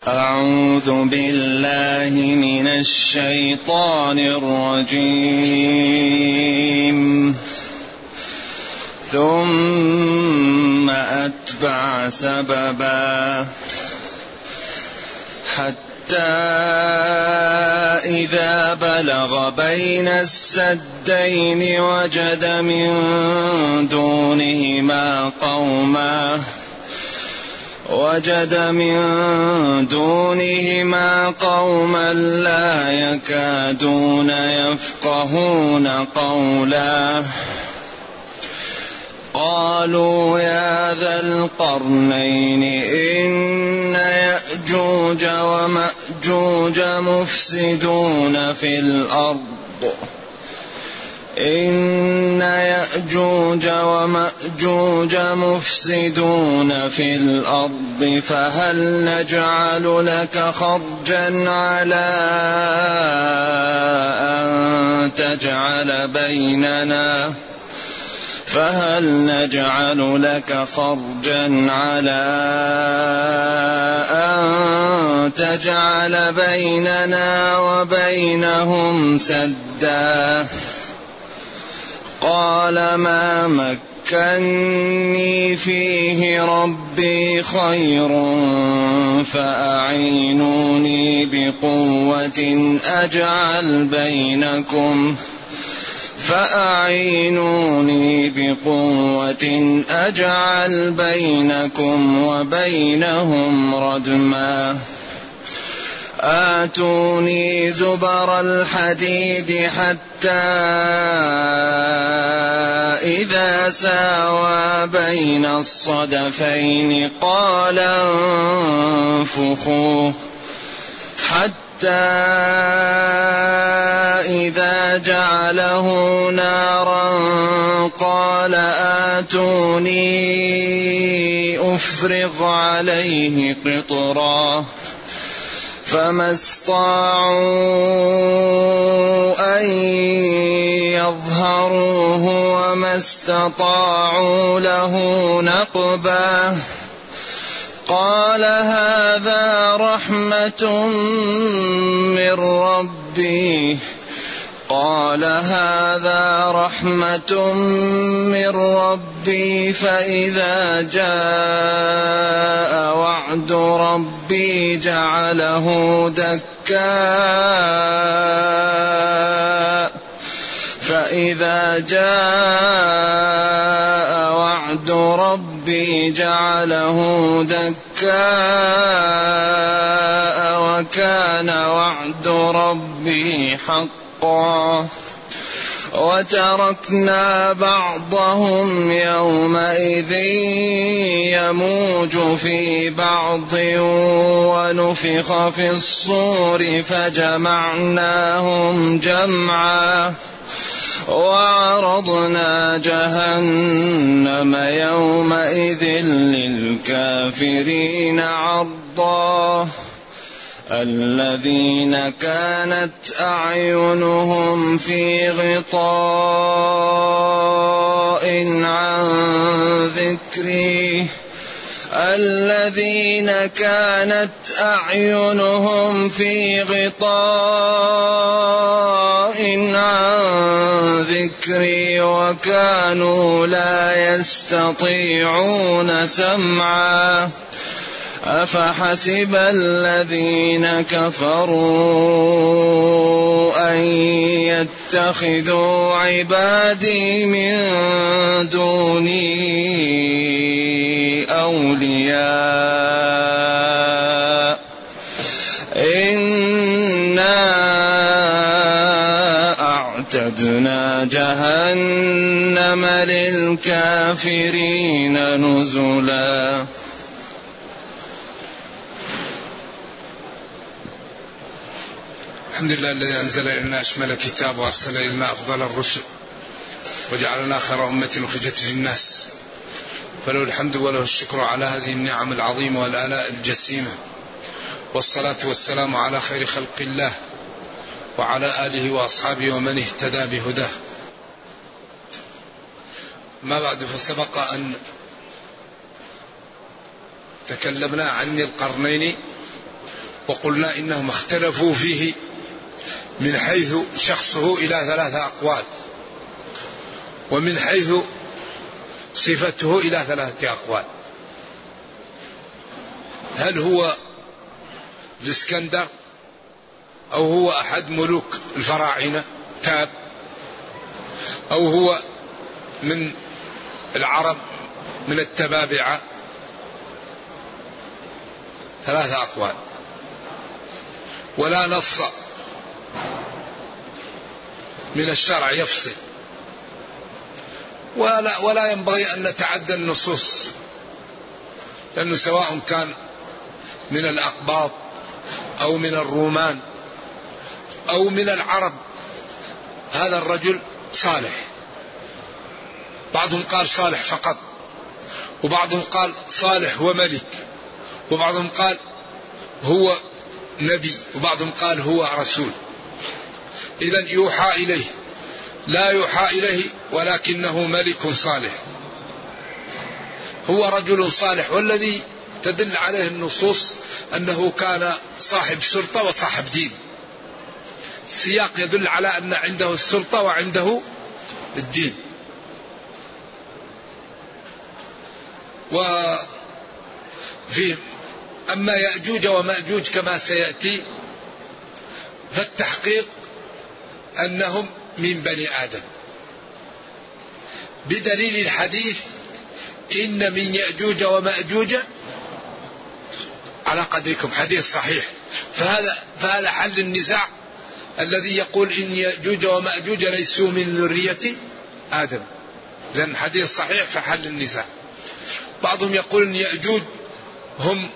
أعوذ بالله من الشيطان الرجيم. ثم أتبع سببا حتى إذا بلغ بين السدين وجد من دونهما قوما لا يكادون يفقهون قولا. قالوا يا ذا القرنين إن يأجوج ومأجوج مفسدون في الأرض فهل نجعل لك خرجا على أن تجعل بيننا وبينهم سدا. قال ما مكني فيه ربي خير فأعينوني بقوة أجعل بينكم وبينهم ردما. آتوني زبر الحديد حتى إذا ساوى بين الصدفين قال انفخوا حتى إذا جعله نارا قال آتوني أفرغ عليه قطرا. فما استطاعوا أن يظهروه وما استطاعوا له نقبا. قال هذا رحمة من ربي فإذا جاء وعد ربي جعله دكاء وكان وعد ربي حقا. وتركنا بعضهم يومئذ يموج في بعض ونفخ في الصور فجمعناهم جمعا. وعرضنا جهنم يومئذ للكافرين عرضا. الذين كانت أعينهم في غطاء عن ذكري وكانوا لا يستطيعون سمعا. أفحسب الذين كفروا أن يتخذوا عبادي من دوني أولياء إنا أعتدنا جهنم للكافرين نزلا. الحمد لله الذي أنزل إلينا أشمل كتاب وأرسل إلينا أفضل الرسل وجعلنا خير أمة أخرجت للناس، فله الحمد وله الشكر على هذه النعم العظيمة والآلاء الجسيمة، والصلاة والسلام على خير خلق الله وعلى آله وأصحابه ومن اهتدى بهداه. ما بعد، فسبق أن تكلمنا عن القرنين وقلنا إنهم اختلفوا فيه من حيث شخصه إلى 3 أقوال، ومن حيث صفته إلى 3 أقوال. هل هو الإسكندر أو هو أحد ملوك الفراعنة تاب، أو هو من العرب من التبابعة؟ 3 أقوال، ولا نص من الشرع يفصل، ولا ينبغي أن نتعدى النصوص، لأنه سواء كان من الأقباط أو من الرومان أو من العرب هذا الرجل صالح. بعضهم قال صالح فقط، وبعضهم قال صالح وملك، وبعضهم قال هو نبي، وبعضهم قال هو رسول. إذن يوحى إليه، لا يوحى إليه ولكنه ملك صالح، هو رجل صالح. والذي تدل عليه النصوص أنه كان صاحب سلطة وصاحب دين. السياق يدل على أن عنده السلطة وعنده الدين. أما يأجوج ومأجوج كما سيأتي فالتحقيق أنهم من بني آدم، بدليل الحديث إن من يأجوج ومأجوج على قدركم، حديث صحيح. فهذا حل النزاع الذي يقول إن يأجوج ومأجوج ليسوا من ذرية آدم، لأن حديث صحيح فحل النزاع. بعضهم يقول إن يأجوج هم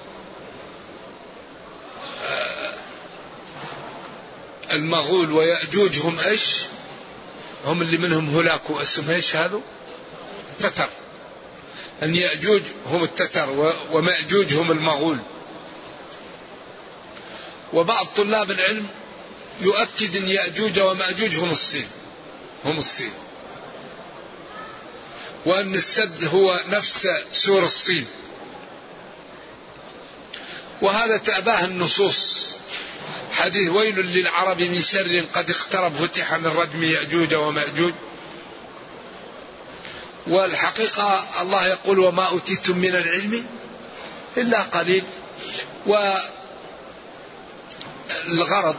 المغول، ويأجوج هم إيش؟ هم اللي منهم هلاك واسم إيش هذا؟ التتر. أن يأجوج هم التتر ومأجوج هم المغول. وبعض طلاب العلم يؤكد أن يأجوج ومأجوج هم الصين، وأن السد هو نفس سور الصين، وهذا تأباه النصوص. حديث ويل للعرب من شر قد اقترب فتح من ردم يأجوج ومأجوج. والحقيقة الله يقول وما أوتيتم من العلم إلا قليل. والغرض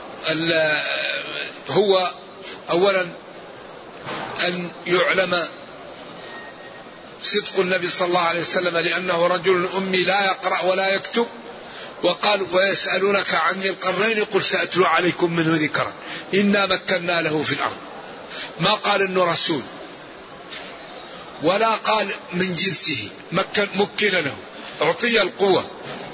هو أولا أن يعلم صدق النبي صلى الله عليه وسلم لأنه رجل أمي لا يقرأ ولا يكتب. وقال ويسألونك عن ذي القرنين قل سأتلو عليكم منه ذكرا إنا مكنا له في الأرض. ما قال إنه رسول ولا قال من جنسه، مكن له، أعطي القوة.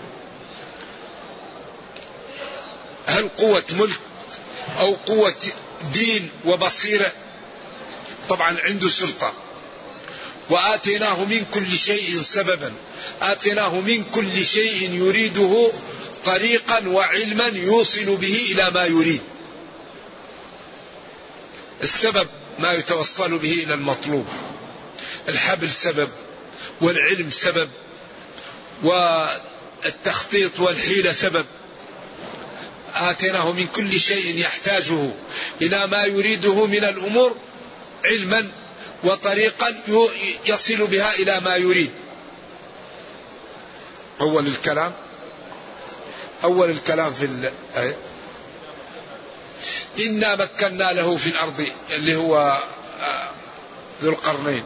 هل قوة ملك أو قوة دين وبصيرة؟ طبعا عنده سلطة. وآتيناه من كل شيء سببا، آتيناه من كل شيء يريده طريقا وعلما يوصل به إلى ما يريد. السبب ما يتوصل به إلى المطلوب، الحبل سبب، والعلم سبب، والتخطيط والحيلة سبب. آتيناه من كل شيء يحتاجه إلى ما يريده من الأمور علما وطريقا يصل بها إلى ما يريد. أول الكلام في الآية إنا مكنا له في الأرض اللي هو ذو القرنين،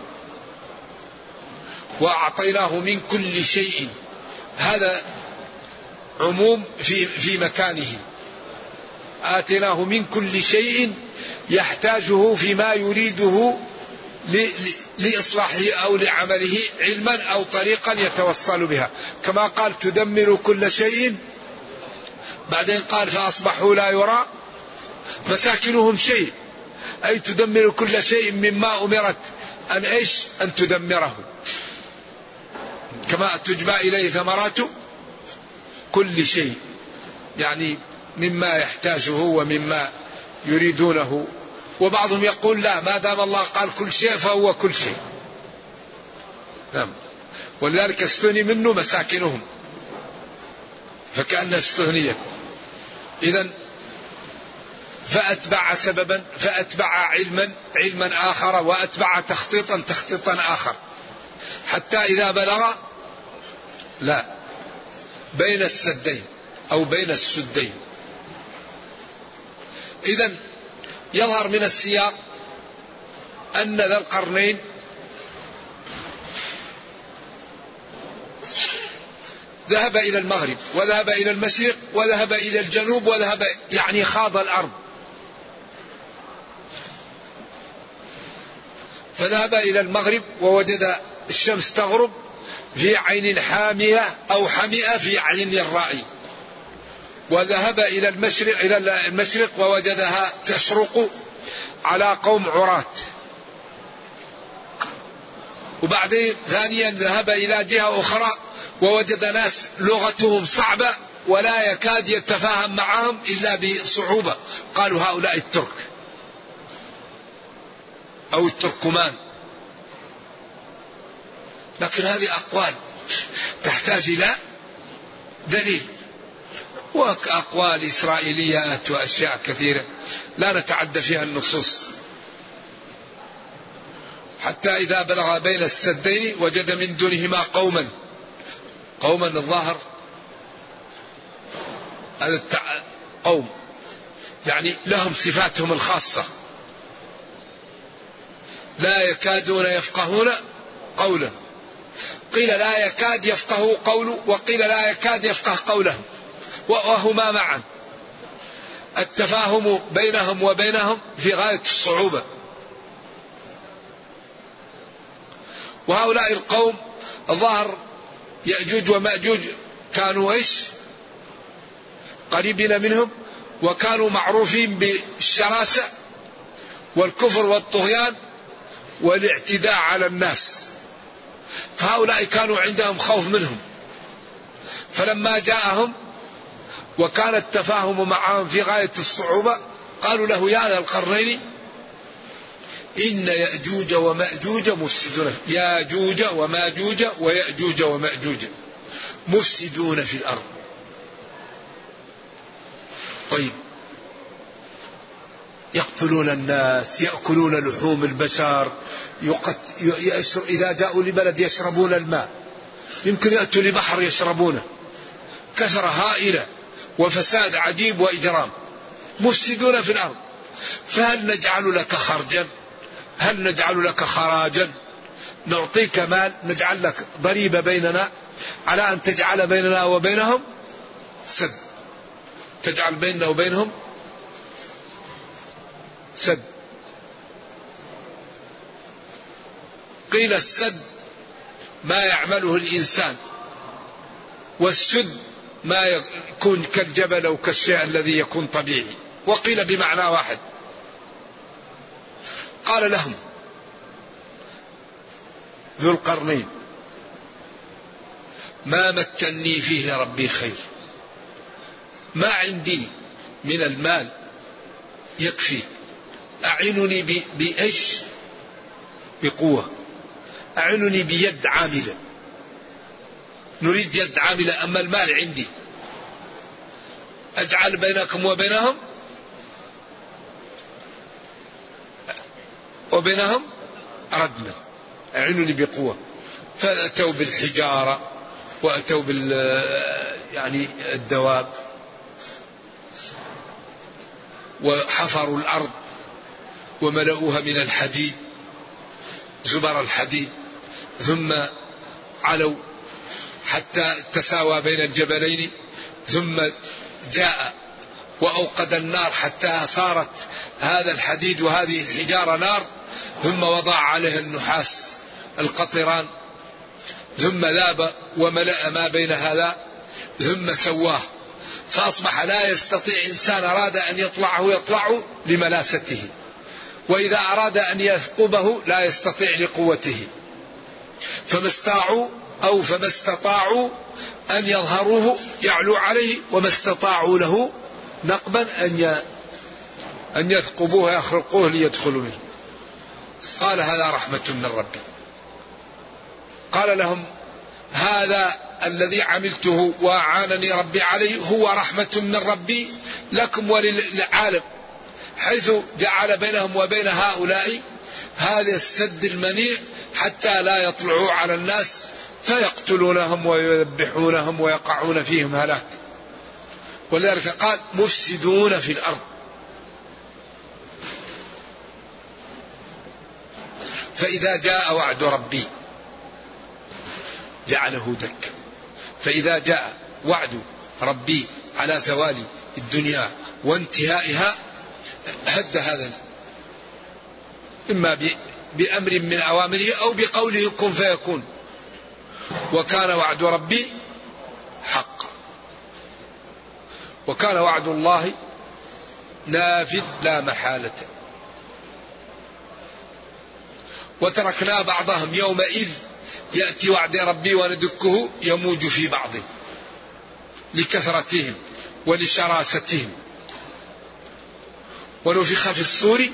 وأعطيناه من كل شيء. هذا عموم في مكانه. آتيناه من كل شيء يحتاجه فيما يريده لإصلاحه أو لعمله علما أو طريقا يتوصل بها. كما قال تدمر كل شيء، بعدين قال فأصبحوا لا يرى مساكنهم شيء، أي تدمر كل شيء مما أمرت أن تدمره. كما تجمع إليه ثمرات كل شيء، يعني مما يحتاجه ومما يريدونه. وبعضهم يقول لا، ما دام الله قال كل شيء فهو كل شيء. نعم. ولذلك استثني منه مساكنهم، فكأن استثنيت. إذن فأتبع سببا، فأتبع علما آخر، وأتبع تخطيطا آخر، حتى إذا بلغ بين السدين أو بين السدين. إذن يظهر من السياق أن ذا القرنين ذهب إلى المغرب وذهب إلى المشرق وذهب إلى الجنوب وذهب، يعني خاض الأرض. فذهب إلى المغرب ووجد الشمس تغرب في عين حامية أو حمئة في عين الرائي، وذهب إلى المشرق ووجدها تشرق على قوم عراة. وبعدين ثانيا ذهب إلى جهة أخرى ووجد ناس لغتهم صعبة ولا يكاد يتفاهم معهم إلا بصعوبة، قالوا هؤلاء الترك أو التركمان. لكن هذه أقوال تحتاج إلى دليل، وأقوال إسرائيليات وأشياء كثيرة لا نتعدى فيها النصوص. حتى إذا بلغ بين السدين وجد من دونهما قوما الظاهر هذا قوم يعني لهم صفاتهم الخاصة، لا يكادون يفقهون قولا. قيل لا يكاد يفقه قوله، وقيل لا يكاد يفقه قوله، وهما معا. التفاهم بينهم وبينهم في غاية الصعوبة. وهؤلاء القوم الظاهر يأجوج ومأجوج كانوا قريبين منهم، وكانوا معروفين بالشراسة والكفر والطغيان والاعتداء على الناس، فهؤلاء كانوا عندهم خوف منهم. فلما جاءهم وكان التفاهم معهم في غاية الصعوبة قالوا له يا ذا القرنين إن يأجوج ومأجوج مفسدون، ياجوج وماجوج ويأجوج ومأجوج مفسدون في الأرض. طيب، يقتلون الناس، يأكلون لحوم البشر، إذا جاءوا لبلد يشربون الماء، يمكن يأتوا لبحر يشربونه، كثرة هائلة وفساد عجيب وإجرام، مفسدون في الأرض. فهل نجعل لك خرجا؟ هل نجعل لك خراجا؟ نعطيك مال، نجعل لك ضريبة بيننا على أن تجعل بيننا وبينهم سد، تجعل بيننا وبينهم سد. قيل السد ما يعمله الإنسان، والسد ما يكون كالجبل أو كالشيء الذي يكون طبيعي، وقيل بمعنى واحد. قال لهم ذو القرنين ما مكنني فيه ربي خير، ما عندي من المال يكفي، أعينني بإيش؟ بقوة، أعينني بيد عاملة، نريد يد عاملة، أما المال عندي، أجعل بينكم وبينهم ردما، أعينني بقوة. فأتوا بالحجارة وأتوا يعني الدواب، وحفروا الأرض وملؤوها من الحديد، زبر الحديد، ثم علوا حتى تساوى بين الجبلين، ثم جاء وأوقد النار حتى صارت هذا الحديد وهذه الحجارة نار، ثم وضع عليه النحاس القطران، ثم ذاب وملأ ما بين هذا، ثم سواه، فأصبح لا يستطيع إنسان أراد أن يطلعه لملاسته، وإذا أراد أن يثقبه لا يستطيع لقوته، فما استطاعوا أن يظهروه يعلو عليه، وما استطاعوا له نقبا أن يثقبوه يخرقوه ليدخلوا منه. قال هذا رحمة من ربي. قال لهم هذا الذي عملته وأعانني ربي عليه هو رحمة من ربي لكم وللعالم، حيث جعل بينهم وبين هؤلاء هذا السد المنيع حتى لا يطلعوا على الناس فيقتلونهم ويذبحونهم ويقعون فيهم هلاك. ولذلك قال مفسدون في الأرض. فإذا جاء وعد ربي جعله دكا، فإذا جاء وعد ربي على زوال الدنيا وانتهائها هد هذا، إما بأمر من أوامره أو بقوله كن فيكون، وكان وعد ربي حقا، وكان وعد الله نافذ لا محالة. وتركنا بعضهم يومئذ يأتي وعد ربي وندكه يموج في بعض لكثرتهم ولشراستهم. ونفخ في الصور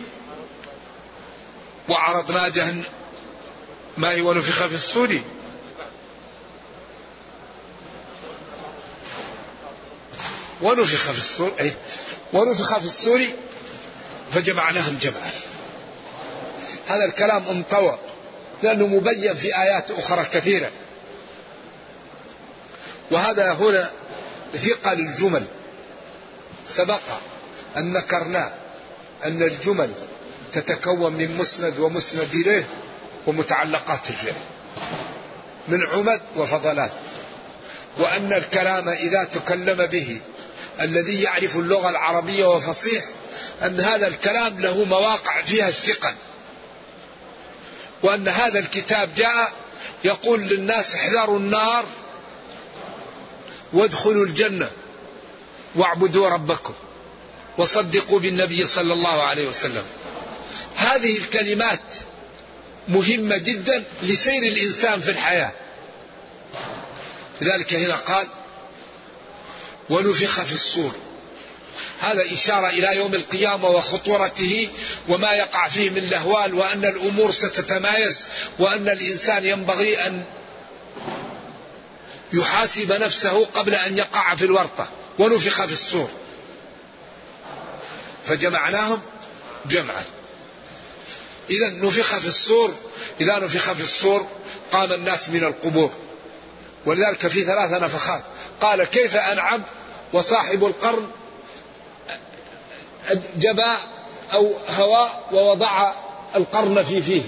وعرضنا جهنم، ما هي ونفخ في الصور؟ ونفخ في الصور أي ونفخ في الصور فجمعناهم جمعا. هذا الكلام انطوى لأنه مبين في آيات أخرى كثيرة، وهذا هنا ثقل الجمل. سبق أن ذكرنا أن الجمل تتكون من مسند ومسند إليه ومتعلقات الفعل من عمد وفضلات، وأن الكلام إذا تكلم به الذي يعرف اللغة العربية وفصيح أن هذا الكلام له مواقع فيها الثقل، وأن هذا الكتاب جاء يقول للناس احذروا النار وادخلوا الجنة واعبدوا ربكم وصدقوا بالنبي صلى الله عليه وسلم. هذه الكلمات مهمة جدا لسير الإنسان في الحياة. لذلك هنا قال ونفخ في الصور، هذا إشارة إلى يوم القيامة وخطورته وما يقع فيه من الأهوال، وأن الأمور ستتمايز، وأن الإنسان ينبغي أن يحاسب نفسه قبل أن يقع في الورطة. ونفخ في الصور فجمعناهم جمعا. إذا نفخ في الصور، إذا نفخ في الصور قام الناس من القبور، ولذلك في 3 نفخات. قال كيف أنعم وصاحب القرن جبى أو هوى ووضع القرن في فيه،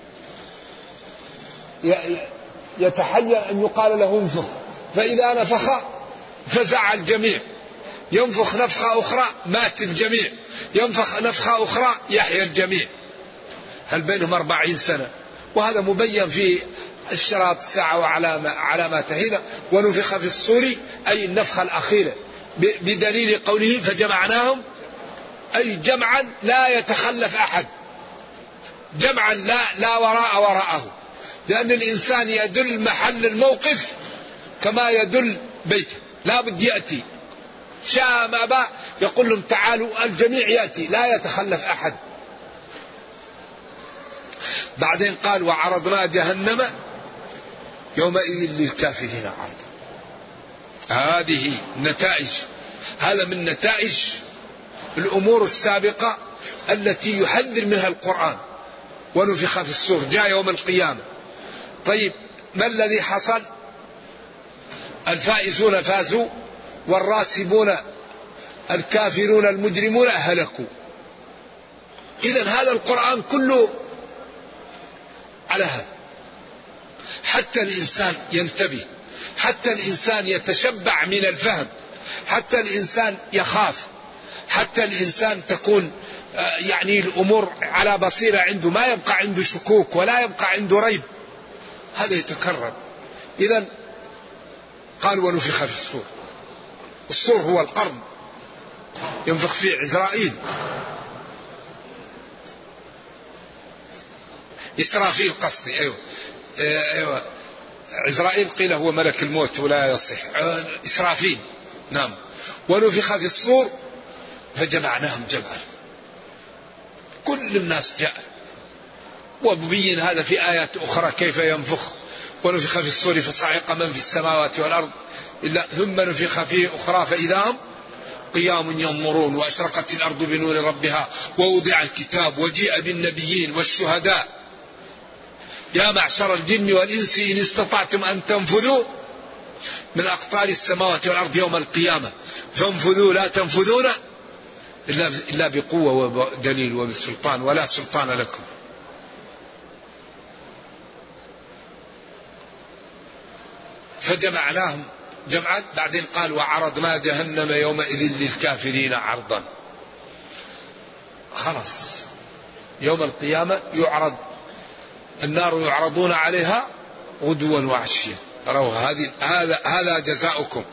يتحير أن يقال له انفخ، فإذا نفخ فزع الجميع، ينفخ نفخة أخرى مات الجميع، ينفخ نفخة أخرى يحيى الجميع. هل بينهم 40 سنة، وهذا مبين في الشراط الساعة وعلاماتها. هنا ونفخ في الصور أي النفخة الأخيرة، بدليل قوله فجمعناهم أي جمعا لا يتخلف أحد، جمعا لا وراءه، لأن الإنسان يدل محل الموقف كما يدل بيته، لا بد يأتي شاء ما باء يقول لهم تعالوا، الجميع يأتي لا يتخلف أحد. بعدين قال وعرضنا جهنم يومئذ للكافرين عرضا. هذه نتائج، هذا من نتائج الأمور السابقة التي يحذر منها القرآن. ونفخ في الصور جاء يوم القيامة. طيب ما الذي حصل؟ الفائزون فازوا والراسبون الكافرون المجرمون هلكوا. إذن هذا القرآن كله على هذا، حتى الإنسان ينتبه، حتى الإنسان يتشبع من الفهم، حتى الإنسان يخاف، حتى الإنسان تكون يعني الأمور على بصيرة عنده، ما يبقى عنده شكوك ولا يبقى عنده ريب، هذا يتكرر. إذن قال ونفخ في الصور. الصور هو القرن ينفخ فيه عزرائيل، إسرافيل قصدي، أيوة عزرائيل قيل هو ملك الموت ولا يصح، إسرافيل نعم. ونفخ في الصور فجمعناهم جمعا، كل الناس جاءت، وبين هذا في آيات أخرى كيف ينفخ ونفخ في الصور فصعق من في السماوات والأرض إلا ثم نفخ فيه أخرى فإذا هم قيام ينظرون وأشرقت الأرض بنور ربها ووضع الكتاب وجيء بالنبيين والشهداء يا معشر الجن والإنس إن استطعتم أن تنفذوا من أقطار السماوات والأرض يوم القيامة فانفذوا لا تنفذون إلا بقوة ودليل وبالسلطان ولا سلطان لكم. فجمعناهم جمعا بعدين قال وعرضنا جهنم يومئذ للكافرين عرضا. خلاص يوم القيامة يعرض النار يعرضون عليها غدوا وعشيا هذا جزاؤكم.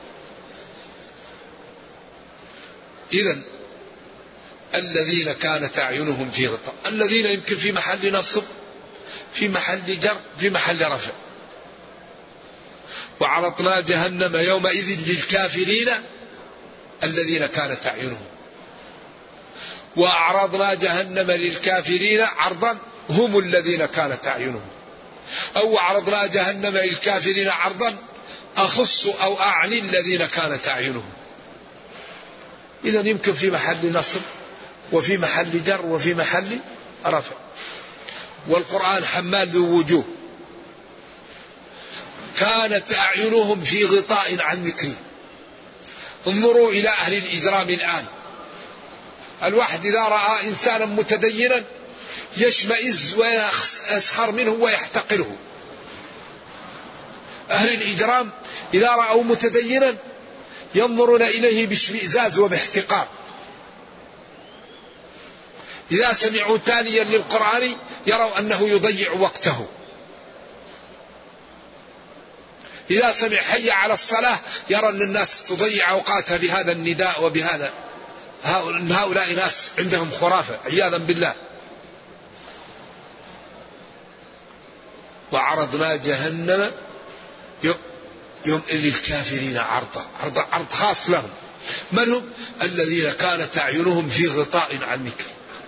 إذن الذين كانت أعينهم في غطاء الذين يمكن في محل نصب في محل جر في محل رفع. وعرضنا جهنم يومئذ للكافرين الذين كانت أعينهم وأعرضنا جهنم للكافرين عرضا هم الذين كانت أعينهم أو عرضنا جهنم للكافرين عرضا أخص أو أعني الذين كانت أعينهم. إذا يمكن في محل نصب وفي محل جر وفي محل رفع. والقرآن حمال ذو وجوه كانت أعينهم في غطاء عن ذكري. انظروا إلى أهل الإجرام الآن. الواحد إذا رأى إنسانا متدينا يشمئز ويسخر منه ويحتقره. أهل الإجرام إذا رأوا متدينا ينظرون إليه باشمئزاز وباحتقار. إذا سمعوا تاليا للقرآن يروا أنه يضيع وقته. إذا سمع حي على الصلاة يرى أن الناس تضيع أوقاتها بهذا النداء وبهذا. هؤلاء ناس عندهم خرافة عياذا بالله. وعرضنا جهنم يوم للكافرين عرضا عرض خاص لهم. من هم؟ الذين كانت أعينهم في غطاء عن ذكري.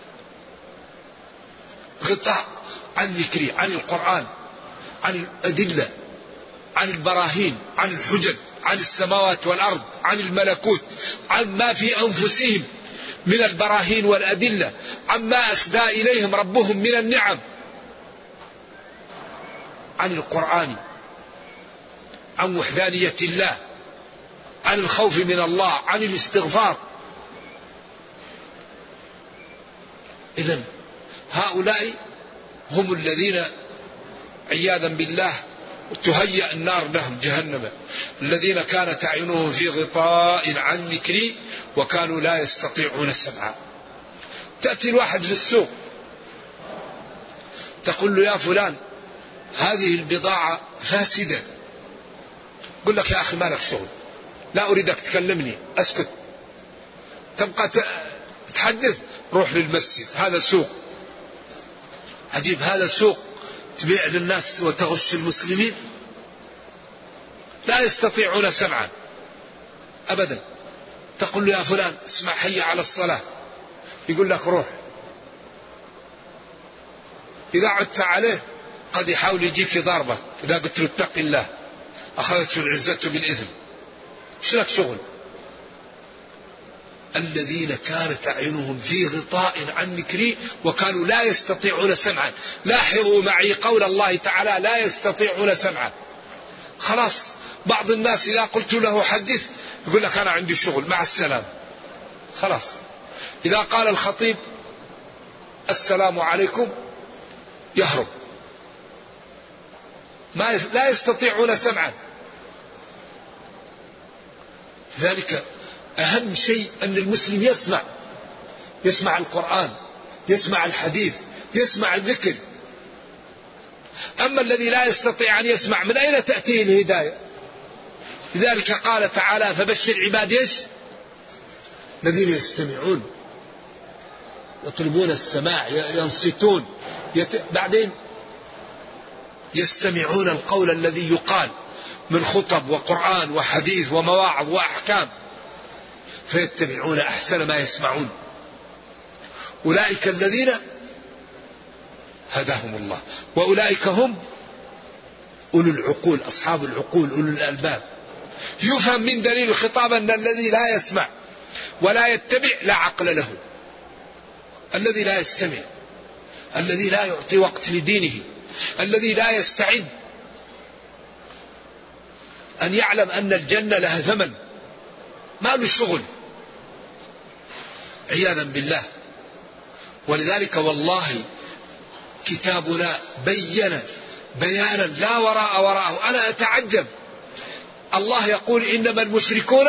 غطاء عن ذكري عن القرآن عن الأدلة عن البراهين عن الحجج عن السماوات والأرض عن الملكوت عن ما في أنفسهم من البراهين والأدلة عما أسدى إليهم ربهم من النعم عن القرآن عن وحدانية الله عن الخوف من الله عن الاستغفار. إذن هؤلاء هم الذين عياذا بالله تهيأ النار لهم جهنم الذين كانت أعينهم في غطاء عن ذكري وكانوا لا يستطيعون سمعا. تأتي الواحد في السوق تقول له يا فلان هذه البضاعة فاسدة. يقول لك يا أخي ما لك شغل لا أريدك تكلمني أسكت. تبقى تحدث روح للمسجد. هذا سوق عجيب. هذا سوق تبيع للناس وتغش المسلمين. لا يستطيعون سمعا أبدا. تقول له يا فلان اسمع حي على الصلاة يقول لك روح. إذا عدت عليه قد يحاول يجيك ضاربة. إذا قلت له اتق الله أخذته العزة بالإثم. مش لك شغل. الذين كانت أعينهم في غطاء عن ذكري وكانوا لا يستطيعون سمعا. لاحظوا معي قول الله تعالى لا يستطيعون سمعا. خلاص بعض الناس إذا قلت له حدث يقول لك أنا عندي شغل مع السلام. خلاص إذا قال الخطيب السلام عليكم يهرب. لا يستطيعون سمعا. ذلك أهم شيء أن المسلم يسمع القرآن يسمع الحديث يسمع الذكر. أما الذي لا يستطيع أن يسمع من أين تأتيه الهداية؟ لذلك قال تعالى فبشر عبادي الذين يستمعون يطلبون السماع ينصتون بعدين يستمعون القول الذي يقال من خطب وقرآن وحديث ومواعظ وأحكام فيتبعون أحسن ما يسمعون. أولئك الذين هداهم الله وأولئك هم أولو العقول، أصحاب العقول، أولو الألباب. يفهم من دليل الخطاب أن الذي لا يسمع ولا يتبع لا عقل له، الذي لا يستمع، الذي لا يعطي وقت لدينه، الذي لا يستعد أن يعلم أن الجنة لها ثمن، ما له شغل، عياذا بالله. ولذلك والله كتابنا بين بيانا لا وراءه. أنا أتعجب، الله يقول إنما المشركون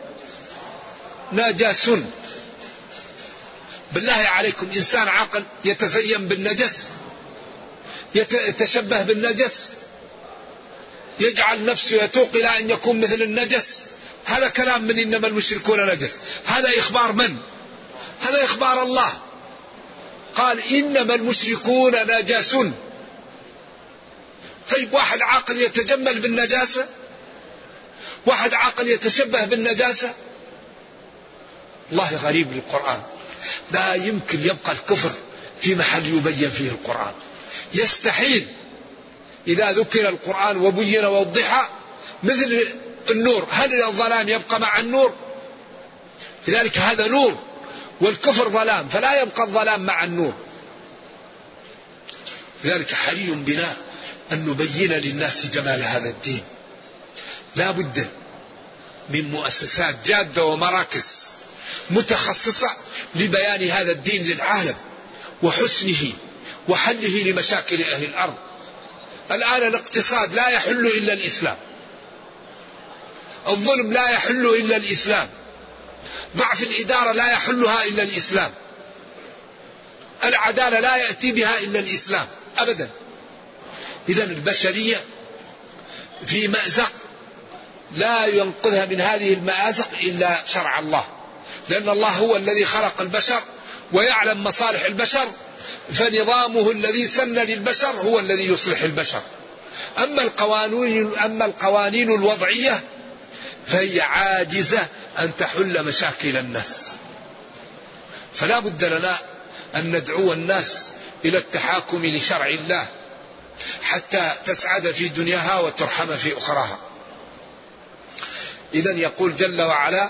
نجس. بالله عليكم إنسان عاقل يتزين بالنجس، يتشبه بالنجس، يجعل نفسه يتوق إلى أن يكون مثل النجس؟ هذا كلام من إنما المشركون نجس. هذا إخبار من؟ هذا إخبار الله، قال إنما المشركون نجس. طيب واحد عاقل يتجمل بالنجاسة؟ واحد عاقل يتشبه بالنجاسة؟ الله غريب للقرآن، لا يمكن يبقى الكفر في محل يبين فيه القرآن، يستحيل. إذا ذكر القرآن وبين ووضح مثل النور، هل الظلام يبقى مع النور؟ لذلك هذا نور والكفر ظلام، فلا يبقى الظلام مع النور. لذلك حري بنا أن نبين للناس جمال هذا الدين. لا بد من مؤسسات جادة ومراكز متخصصة لبيان هذا الدين للعالم وحسنه وحله لمشاكل أهل الأرض. الآن الاقتصاد لا يحل إلا الإسلام، الظلم لا يحل إلا الإسلام، ضعف الإدارة لا يحلها إلا الإسلام، العدالة لا يأتي بها إلا الإسلام أبدا. إذن البشرية في مأزق لا ينقذها من هذه المآزق إلا شرع الله، لأن الله هو الذي خلق البشر ويعلم مصالح البشر، فنظامه الذي سن للبشر هو الذي يصلح البشر. أما القوانين الوضعية فهي عاجزة أن تحل مشاكل الناس. فلا بد لنا أن ندعو الناس إلى التحاكم لشرع الله حتى تسعد في دنياها وترحم في أخراها. إذن يقول جل وعلا: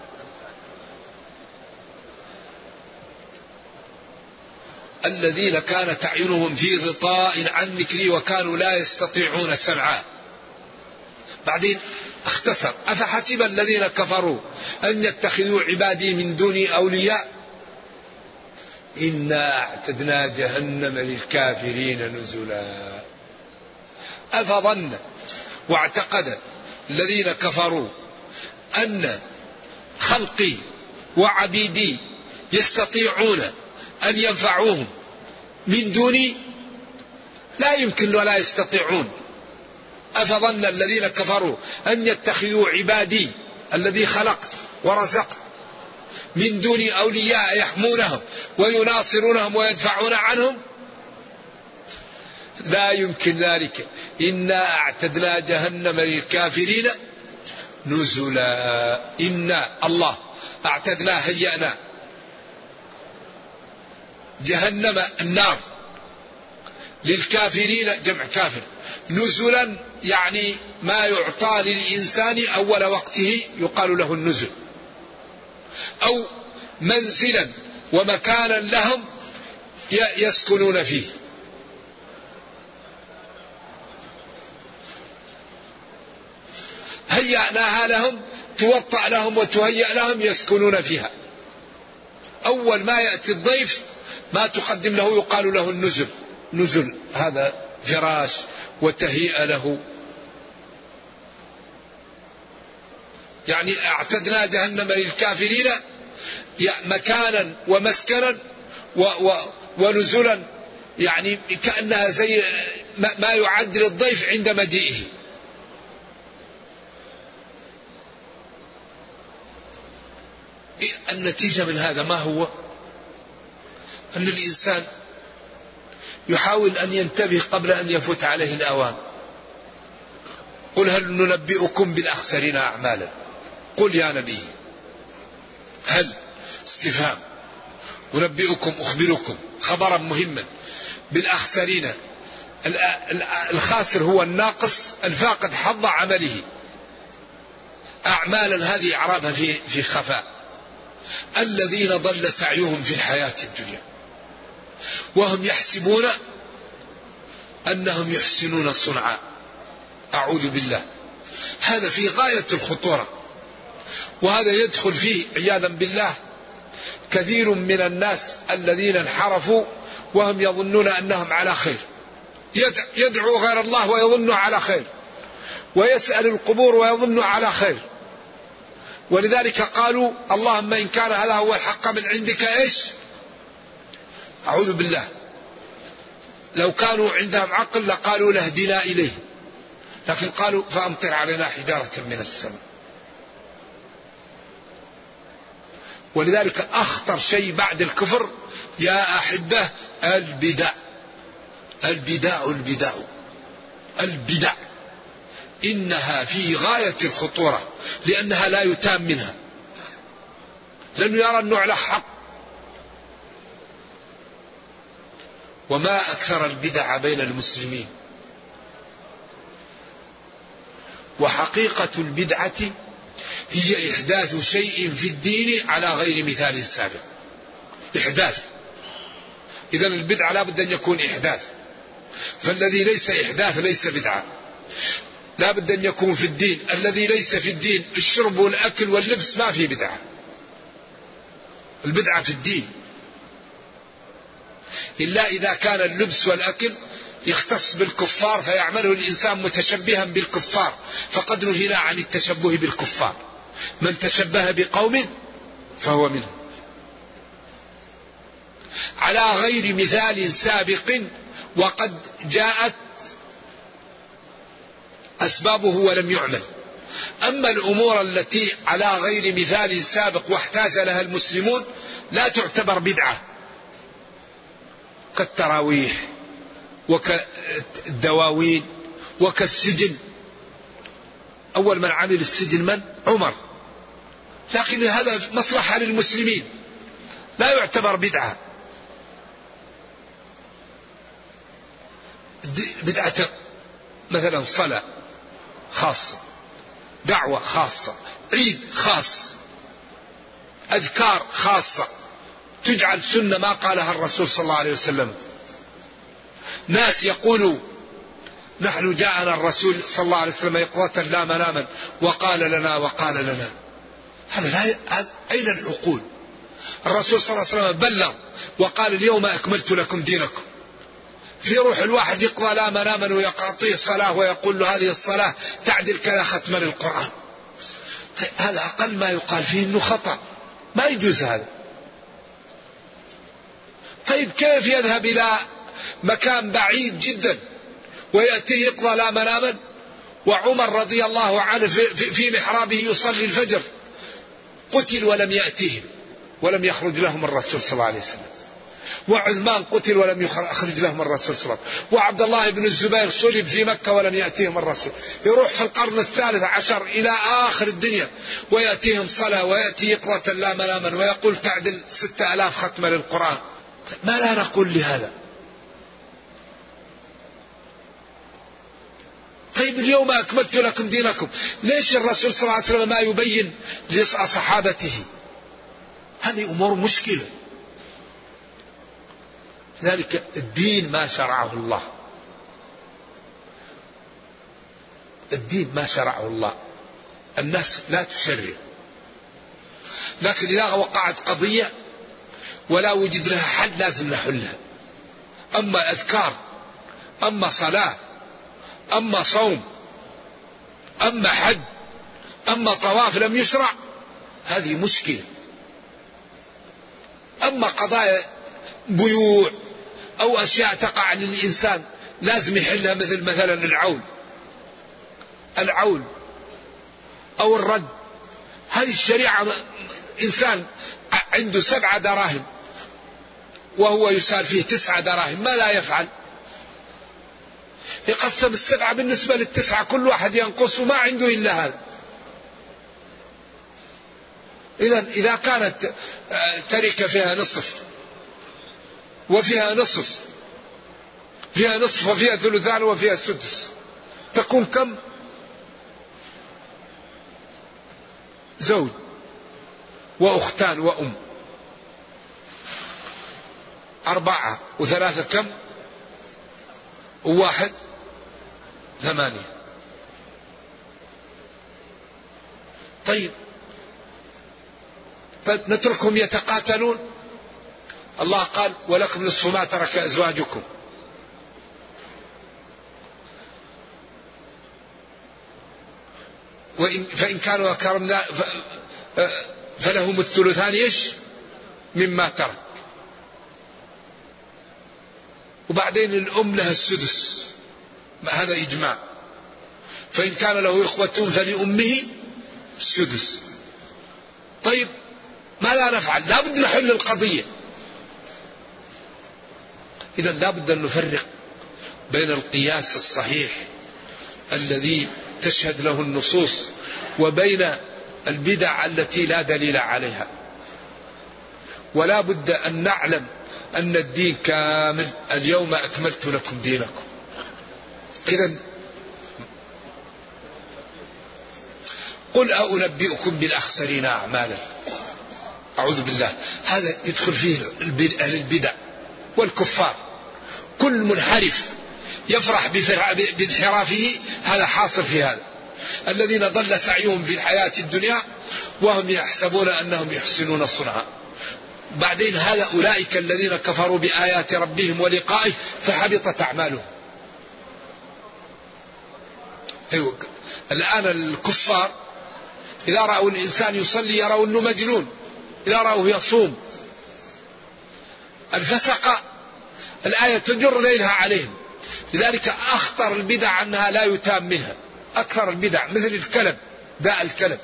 الذين كانت أعينهم في غطاء عن ذكري وكانوا لا يستطيعون سمعا. بعدين اختصر: أفحسب الذين كفروا أن يتخذوا عبادي من دوني أولياء إنا أعتدنا جهنم للكافرين نزلا. أفظن واعتقد الذين كفروا أن خلقي وعبيدي يستطيعون أن ينفعوهم من دوني؟ لا يمكن ولا يستطيعون. أفظن الذين كفروا أن يتخذوا عبادي الذي خلقت ورزقت من دوني أولياء يحمونهم ويناصرونهم ويدفعون عنهم؟ لا يمكن ذلك. إنا أعتدنا جهنم للكافرين نزلا. إنا الله أعتدنا هيأنا جهنم النار للكافرين جمع كافر، نزلا يعني ما يعطى للإنسان أول وقته يقال له النزل، أو منزلا ومكانا لهم يسكنون فيه. هيأناها لهم، توطأ لهم وتهيأ لهم يسكنون فيها. أول ما يأتي الضيف ما تقدم له يقال له النزل. نزل هذا فراش وتهيئ له. يعني اعتدنا جهنم للكافرين مكانا ومسكنا ونزلا، يعني كأنها زي ما يعد للضيف عند مجيئه. النتيجة من هذا ما هو؟ أن الإنسان يحاول أن ينتبه قبل أن يفوت عليه الأوان. قل هل ننبئكم بالأخسرين أعمالا؟ قل يا نبي هل استفهام، أنبئكم أخبركم خبرا مهما بالأخسرين الخاسر هو الناقص الفاقد حظ عمله. أعمالا هذه إعرابها في خفاء. الذين ضل سعيهم في الحياة الدنيا وهم يحسبون أنهم يحسنون صنعا. أعوذ بالله، هذا في غاية الخطورة، وهذا يدخل فيه عياذا بالله كثير من الناس الذين انحرفوا وهم يظنون أنهم على خير، يدعو غير الله ويظن على خير، ويسأل القبور ويظن على خير. ولذلك قالوا اللهم إن كان هذا هو الحق من عندك إيش، أعوذ بالله، لو كانوا عندهم عقل لقالوا لاهدنا إليه، لكن قالوا فأمطر علينا حجارة من السماء. ولذلك أخطر شيء بعد الكفر يا أحبة البدع. البدع إنها في غاية الخطورة، لأنها لا يتام منها، لأنه يرى النوع له حق. وما أكثر البدع بين المسلمين. وحقيقة البدعة هي إحداث شيء في الدين على غير مثال سابق. إحداث، إذن البدعة لا بد أن يكون إحداث، فالذي ليس إحداث ليس بدعة. لا بد أن يكون في الدين، الذي ليس في الدين الشرب والأكل واللبس ما في بدعة. البدعة في الدين إلا إذا كان اللبس والأكل يختص بالكفار فيعمله الإنسان متشبها بالكفار، فقد نهينا عن التشبه بالكفار. من تشبه بقوم فهو منهم على غير مثال سابق، وقد جاءت أسبابه ولم يعمل. أما الأمور التي على غير مثال سابق واحتاج لها المسلمون لا تعتبر بدعة، كالتراويح وكالدواوين وكالسجن. أول من عمل السجن من؟ عمر، لكن هذا مصلحة للمسلمين لا يعتبر بدعة. بدعة مثلا صلاة خاصة، دعوة خاصة، عيد خاص، أذكار خاصة تجعل سنة ما قالها الرسول صلى الله عليه وسلم. ناس يقولوا نحن جاءنا الرسول صلى الله عليه وسلم يقظة لا مناما وقال لنا، هذا أين العقول؟ الرسول صلى الله عليه وسلم بلغ وقال اليوم أكملت لكم دينكم. في روح الواحد يقضى لا مناما ويقاطيه الصلاة ويقول له هذه الصلاة تعدل كذا ختما القرآن. هذا أقل ما يقال فيه أنه خطأ، ما يجوز هذا. طيب كيف يذهب إلى مكان بعيد جدا ويأتيه يقضى لا مناما، وعمر رضي الله عنه في محرابه يصلي الفجر قتل ولم يأتيهم ولم يخرج لهم الرسول صلى الله عليه وسلم، وعثمان قتل ولم يخرج لهم الرسول صلى الله عليه وسلم، وعبد الله بن الزبير صلب في مكة ولم يأتيهم الرسول. يروح في القرن الثالث عشر إلى آخر الدنيا ويأتيهم صلاة ويأتي يقظة لا مناما ويقول تعدل 6000 ختمة للقرآن. ما لا نقول لهذا؟ طيب اليوم أكملت لكم دينكم، ليش الرسول صلى الله عليه وسلم ما يبين لصحابته؟ هذه أمور مشكلة. ذلك الدين ما شرعه الله، الدين ما شرعه الله، الناس لا تشرع. لكن إذا وقعت قضية ولا وجد لها حل لازم نحلها. أما أذكار، أما صلاة، أما صوم، أما حج، أما طواف لم يشرع، هذه مشكلة. أما قضايا بيوع أو أشياء تقع للإنسان لازم يحلها، مثلا العول أو الرد، هذه الشريعة. إنسان عنده 7 دراهم وهو يسال فيه 9 دراهم، ما لا يفعل؟ يقسم 7 بالنسبة لل9، كل واحد ينقص وما عنده إلا هذا. إذا كانت تركة فيها نصف وفيها نصف فيها نصف وفيها ثلثان وفيها سدس، تكون كم؟ زوج وأختان وأم، 4 و3 كم؟ و1 8. طيب نتركهم يتقاتلون؟ الله قال ولكم نصف ما ترك أزواجكم. فإن كانوا أكرمنا فلهم الثلثان مما ترك. وبعدين الأم لها السدس، هذا إجماع. فإن كان له إخوة فلأمه السدس. طيب ماذا نفعل؟ لا بد نحل القضية. إذا لا بد أن نفرق بين القياس الصحيح الذي تشهد له النصوص وبين البدع التي لا دليل عليها. ولا بد أن نعلم أن الدين كامل، اليوم أكملت لكم دينكم. إذن قل أنبئكم بالأخسرين أعمالا. أعوذ بالله، هذا يدخل فيه أهل البدع والكفار. كل منحرف يفرح بانحرافه، هذا حاصل في هذا. الذين ضل سعيهم في الحياة الدنيا وهم يحسبون أنهم يحسنون صنعا. بعدين هذا أولئك الذين كفروا بآيات ربهم ولقائه فحبطت أعمالهم. أيوة. الآن الكفار إذا رأوا الإنسان يصلي يروا أنه مجنون، إذا رأوه يصوم. الفسقة الآية تجر ليلها عليهم. لذلك أخطر البدع أنها لا يتام منها. أكثر البدع مثل الكلب، داء الكلب،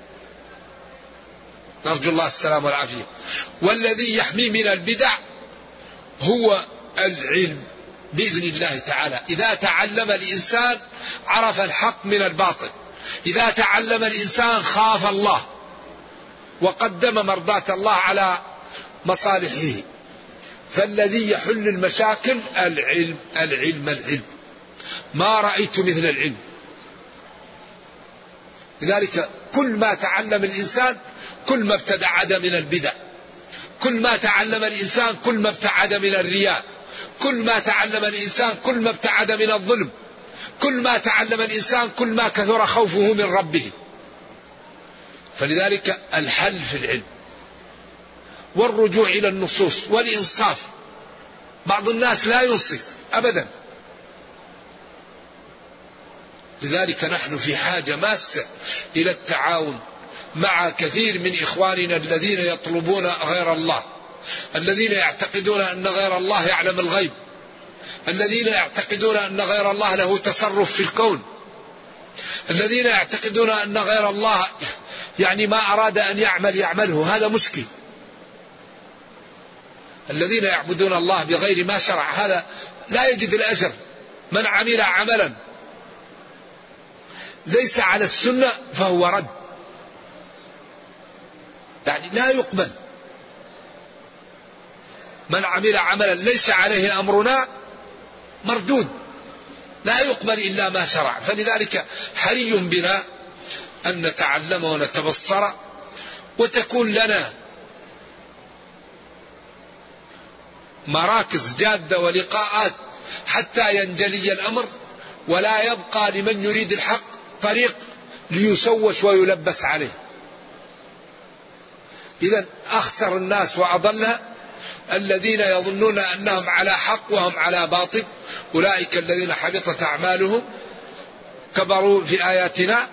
نرجو الله السلام والعافية. والذي يحمي من البدع هو العلم بإذن الله تعالى. إذا تعلم الإنسان عرف الحق من الباطل، إذا تعلم الإنسان خاف الله وقدم مرضاة الله على مصالحه. فالذي يحل المشاكل العلم العلم العلم. ما رأيت مثل العلم. لذلك كل ما تعلم الإنسان كل ما ابتعد من البدع، كل ما تعلم الإنسان كل ما ابتعد من الرياء، كل ما تعلم الإنسان كل ما ابتعد من الظلم، كل ما تعلم الإنسان كل ما كثر خوفه من ربه. فلذلك الحل في العلم والرجوع إلى النصوص والإنصاف. بعض الناس لا ينصف أبدا. لذلك نحن في حاجة ماسة إلى التعاون مع كثير من إخواننا الذين يطلبون غير الله، الذين يعتقدون أن غير الله يعلم الغيب، الذين يعتقدون أن غير الله له تصرف في الكون، الذين يعتقدون أن غير الله يعني ما أراد أن يعمله. هذا مشكل. الذين يعبدون الله بغير ما شرع هذا لا يجد الأجر. من عمل عملا ليس على السنة فهو رد، يعني لا يقبل. من عمل عملا ليس عليه أمرنا مردود، لا يقبل إلا ما شرع. فلذلك حري بنا أن نتعلم ونتبصر وتكون لنا مراكز جادة ولقاءات حتى ينجلي الأمر، ولا يبقى لمن يريد الحق طريق ليسوش ويلبس عليه. إذن أخسر الناس وأضلها الذين يظنون أنهم على حق وهم على باطل. أولئك الذين حبطت أعمالهم كفروا في آياتنا،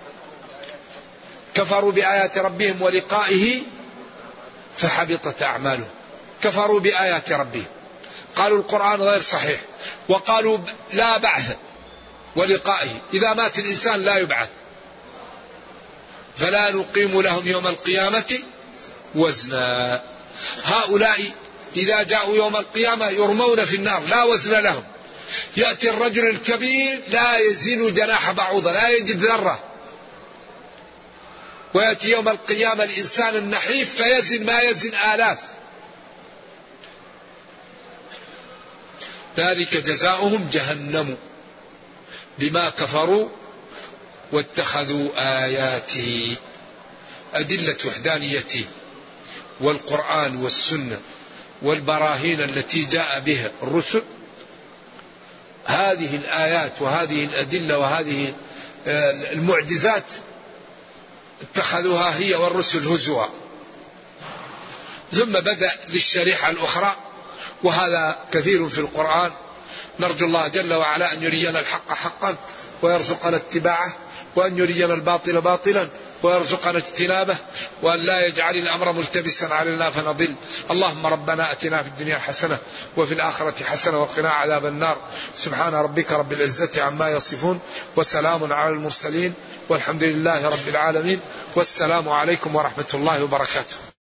كفروا بآيات ربهم ولقائه فحبطت أعمالهم. كفروا بآيات ربهم، قالوا القرآن غير صحيح، وقالوا لا بعث ولقائه، إذا مات الإنسان لا يبعث، فلا نقيم لهم يوم القيامة وزنا. هؤلاء إذا جاءوا يوم القيامة يرمون في النار لا وزن لهم. يأتي الرجل الكبير لا يزن جناح بعوضة، لا يجد ذرة، ويأتي يوم القيامة الإنسان النحيف فيزن ما يزن آلاف. ذلك جزاؤهم جهنم بما كفروا واتخذوا آياتي. أدلة وحدانيتي والقرآن والسنة والبراهين التي جاء بها الرسل، هذه الآيات وهذه الأدلة وهذه المعجزات اتخذوها هي والرسل هزوا. ثم بدأ للشريحة الأخرى، وهذا كثير في القرآن. نرجو الله جل وعلا أن يرينا الحق حقا ويرزقنا اتباعه، وأن يرينا الباطل باطلا ويرزقنا اجتنابه، وأن لا يجعل الأمر ملتبسا علينا فنضل. اللهم ربنا أتنا في الدنيا حسنة وفي الآخرة حسنة وقنا عذاب النار. سبحان ربك رب العزة عما يصفون وسلام على المرسلين والحمد لله رب العالمين، والسلام عليكم ورحمة الله وبركاته.